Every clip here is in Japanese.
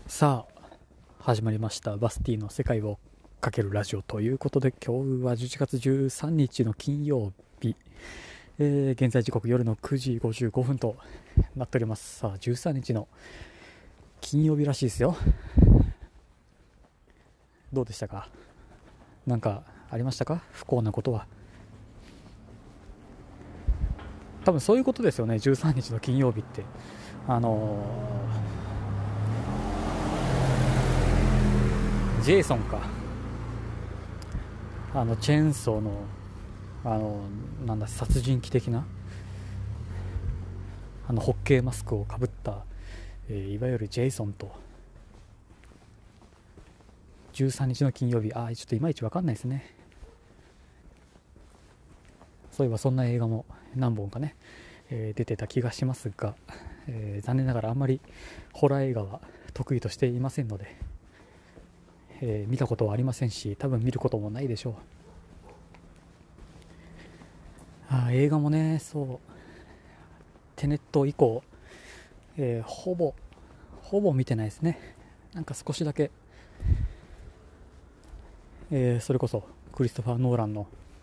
さあ始まりました。バスティの世界をかけるラジオということで、今日は11月13日の金曜日、現在時刻夜の9時55分となっております。さあ13日の金曜日らしいですよ。どうでしたか？なんかありましたか？不幸なことは。多分そういうことですよね。13日の金曜日ってジェイソンか、チェーンソーのなんだ殺人鬼的なホッケーマスクをかぶった、いわゆるジェイソンと13日の金曜日、ちょっといまいち分かんないですね。そういえばそんな映画も何本かね、出てた気がしますが、残念ながらあんまりホラー映画は得意としていませんので、見たことはありませんし、多分見ることもないでしょう。映画もね、そうテネット以降、ほぼ見てないですね。なんか少しだけ、それこそクリストファー・ノーランの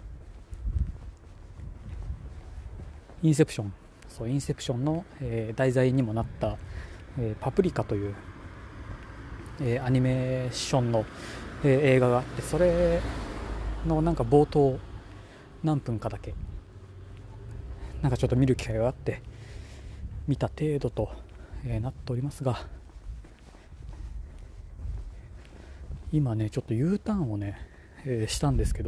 インセプションの、題材にもなった、パプリカという、アニメーションの、映画があって、それのなんか冒頭何分かだけなんかちょっと見る機会があって見た程度と、なっておりますが、今ねちょっと U ターンをね、したんですけど、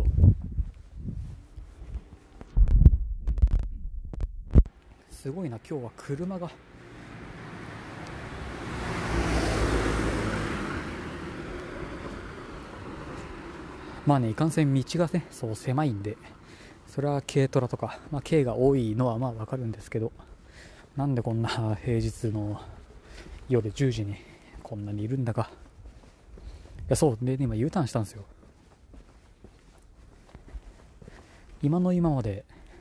すごいな、今日は車がいかんせん道がねそう狭いんで、それは軽トラとか、軽が多いのはわかるんですけど、なんでこんな平日の夜10時にこんなにいるんだか。いやそうで、今 U ターンしたんですよ。今の今まで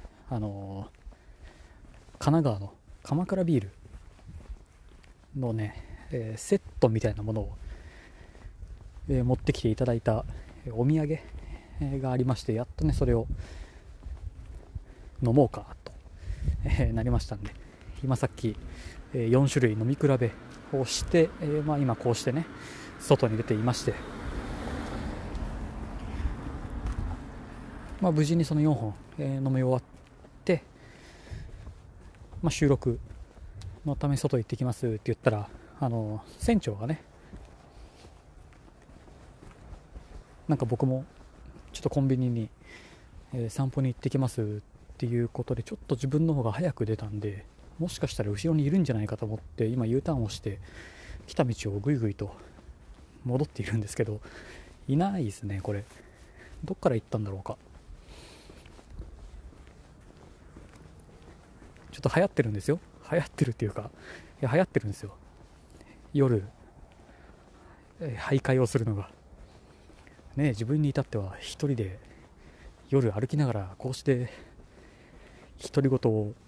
神奈川の鎌倉ビールのね、セットみたいなものを、持ってきていただいたお土産がありまして、やっとねそれを飲もうかと、なりましたんで、今さっき、4種類飲み比べをして、今こうしてね外に出ていまして、無事にその4本、飲み終わって、収録のため外行ってきますって言ったら、船長がね、なんか僕もちょっとコンビニに、散歩に行ってきますっていうことで、ちょっと自分の方が早く出たんで、もしかしたら後ろにいるんじゃないかと思って今 U ターンをして来た道をぐいぐいと戻っているんですけど、いないですね。これどっから行ったんだろうか。ちょっと流行ってるんですよ。流行ってるっていうか、流行ってるんですよ、夜、徘徊をするのがね。自分に至っては一人で夜歩きながらこうして独り言を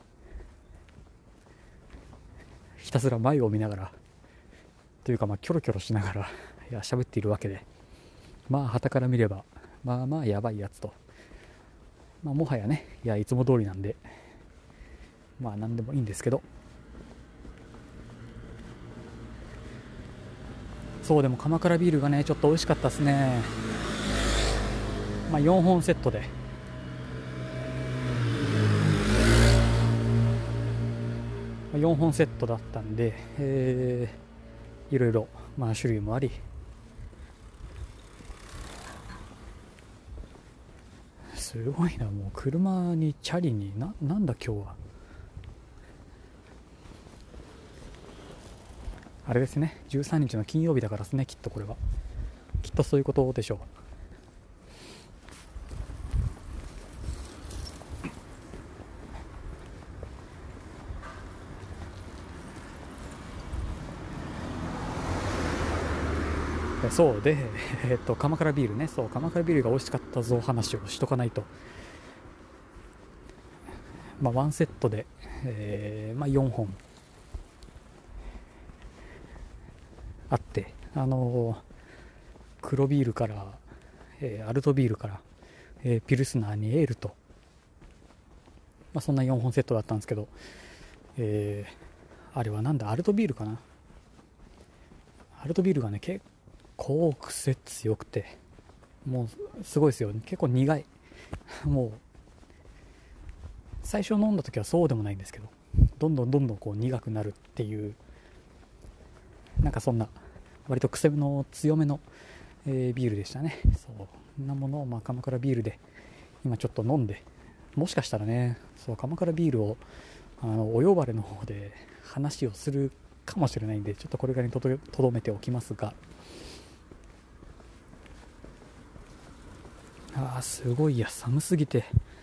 ひたすら前を見ながらというか、キョロキョロしながら喋っているわけで、傍から見ればやばいやつと、もはやね、いつも通りなんで何でもいいんですけど。そう、でも鎌倉ビールがねちょっと美味しかったですね。4本セットで4本セットだったんで、いろいろ種類もあり、すごいな。もう車にチャリになんだ今日は。あれですね、13日の金曜日だからですね、きっとこれはきっとそういうことでしょう。そうで、鎌倉ビールね、そう鎌倉ビールが美味しかったぞ話をしとかないと。ワンセットで、4本あって、 黒ビールから、アルトビールから、ピルスナーにエールと、そんな4本セットだったんですけど、あれはなんだ、アルトビールかな。アルトビールがね結構癖強くて、もうすごいですよ。結構苦い。もう最初飲んだ時はそうでもないんですけど、どんどんこう苦くなるっていう、なんかそんな割と癖の強めの、ビールでしたね。そんなものを鎌倉ビールで今ちょっと飲んで、もしかしたらね、鎌倉ビールをお呼ばれの方で話をするかもしれないんで、ちょっとこれぐらいにとどめておきますが、すごい、寒すぎて、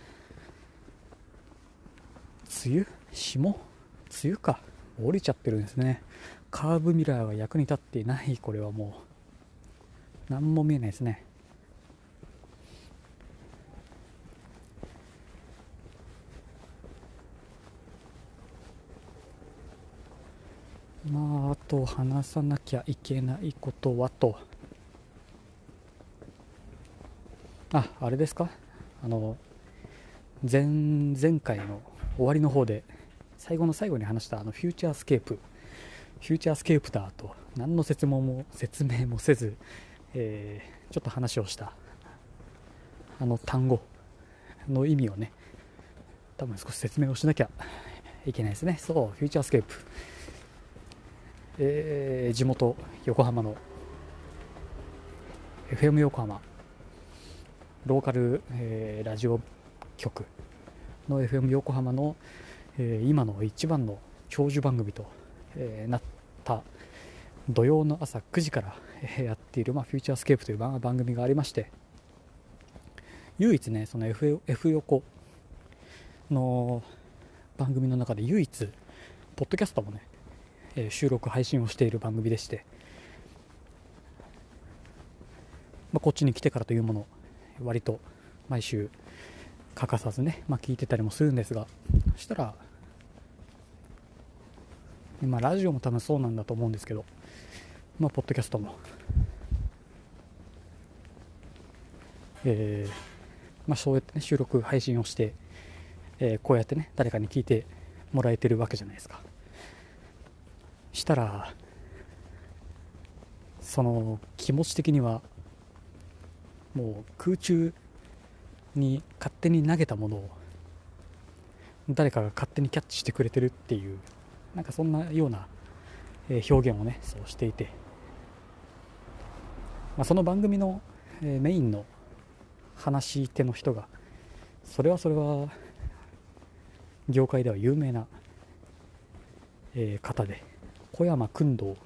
梅雨か降りちゃってるんですね。カーブミラーが役に立っていない。これはもう何も見えないですね。あと話さなきゃいけないことはと、あれですか、前回の終わりの方で最後の最後に話したフューチャースケープだと何の説明もせず、ちょっと話をした単語の意味をね、多分少し説明をしなきゃいけないですね。フューチャースケープ、地元横浜の FM 横浜ローカル、ラジオ局の FM 横浜の、今の一番の長寿番組と、なった土曜の朝9時から、やっている、フューチャースケープという番組がありまして、唯一ね、その F 横の番組の中で唯一ポッドキャストもね、収録配信をしている番組でして、こっちに来てからというもの割と毎週欠かさずね、聞いてたりもするんですが、そしたらラジオも多分そうなんだと思うんですけど、ポッドキャストも、そうやってね、収録配信をして、こうやってね誰かに聞いてもらえてるわけじゃないですか。したらその気持ち的にはもう空中に勝手に投げたものを誰かが勝手にキャッチしてくれてるっていう、なんかそんなような表現をねそうしていて、その番組のメインの話し手の人がそれは業界では有名な方で、小山君堂、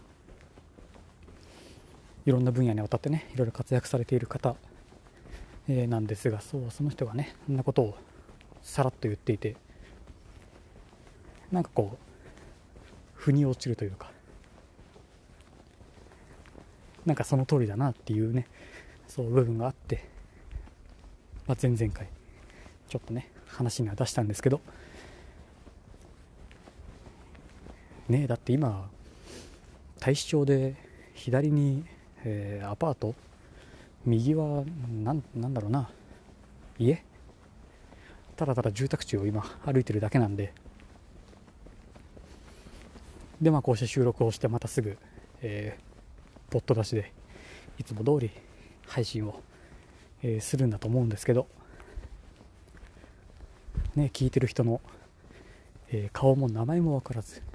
いろんな分野にわたってねいろいろ活躍されている方なんですが、その人がねそんなことをさらっと言っていて、なんかこう腑に落ちるというか、なんかその通りだなっていうね、そう部分があって、前々回ちょっとね話には出したんですけどね。だって今太子町で左に、アパート、右はなんだろうな、家、ただただ住宅地を今歩いてるだけなんで、こうして収録をしてまたすぐ、ポッド出しでいつも通り配信を、するんだと思うんですけどね、聞いてる人の、顔も名前も分からず、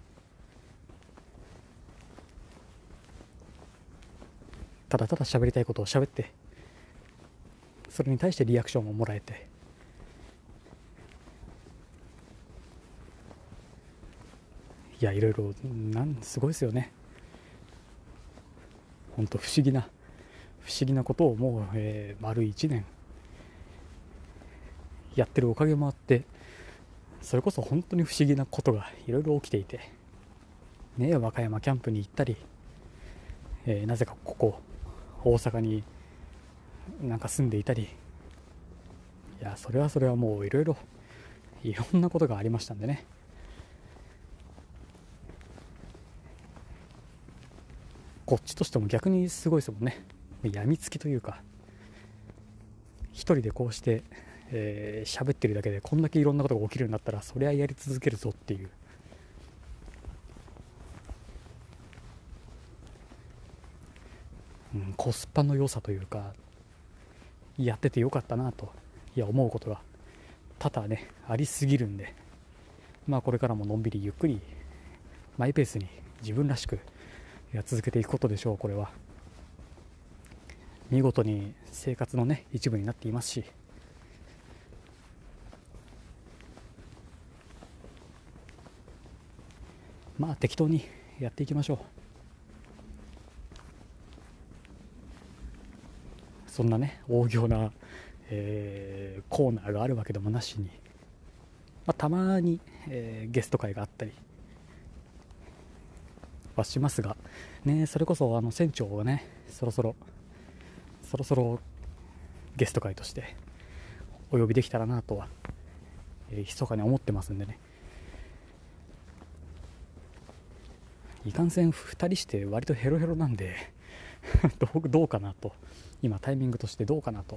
ただただ喋りたいことを喋って、それに対してリアクションをもらえて、いろいろすごいですよね。本当不思議なことをもう、丸1年やってるおかげもあって、それこそ本当に不思議なことがいろいろ起きていてね、和歌山キャンプに行ったり、なぜかここ大阪になんか住んでいたり、それはもういろんなことがありましたんでね、 こっちとしても逆にすごいですもんね。病みつきというか、一人でこうして喋ってるだけでこんだけいろんなことが起きるんだったら、そりゃやり続けるぞっていう、コスパの良さというか、やっててよかったなと思うことが多々ねありすぎるんで、これからものんびりゆっくりマイペースに自分らしく続けていくことでしょう。これは見事に生活のね一部になっていますし、適当にやっていきましょう。そんなね大行な、コーナーがあるわけでもなしに、たまに、ゲスト会があったりはしますがね。それこそ船長がねそろそろゲスト会としてお呼びできたらなとは、密かに思ってますんでね。いかんせん2人して割とヘロヘロなんでどうかなと、今タイミングとしてどうかなと、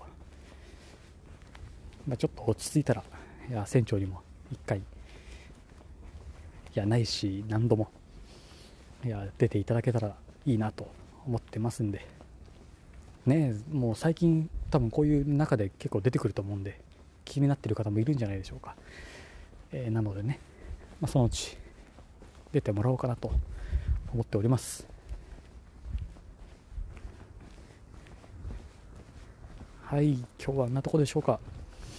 ちょっと落ち着いたら船長にも一回ないし何度も出ていただけたらいいなと思ってますんでね。もう最近多分こういう中で結構出てくると思うんで、気になってる方もいるんじゃないでしょうか。なのでね、そのうち出てもらおうかなと思っております。はい、今日はあんなとこでしょうか。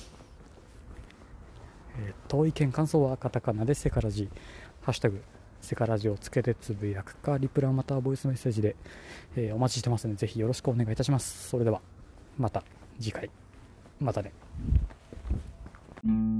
当意見感想はカタカナでセカラジ、ハッシュタグセカラジをつけてつぶやくか、リプラまたはボイスメッセージで、お待ちしてますので、ぜひよろしくお願いいたします。それではまた次回、またね。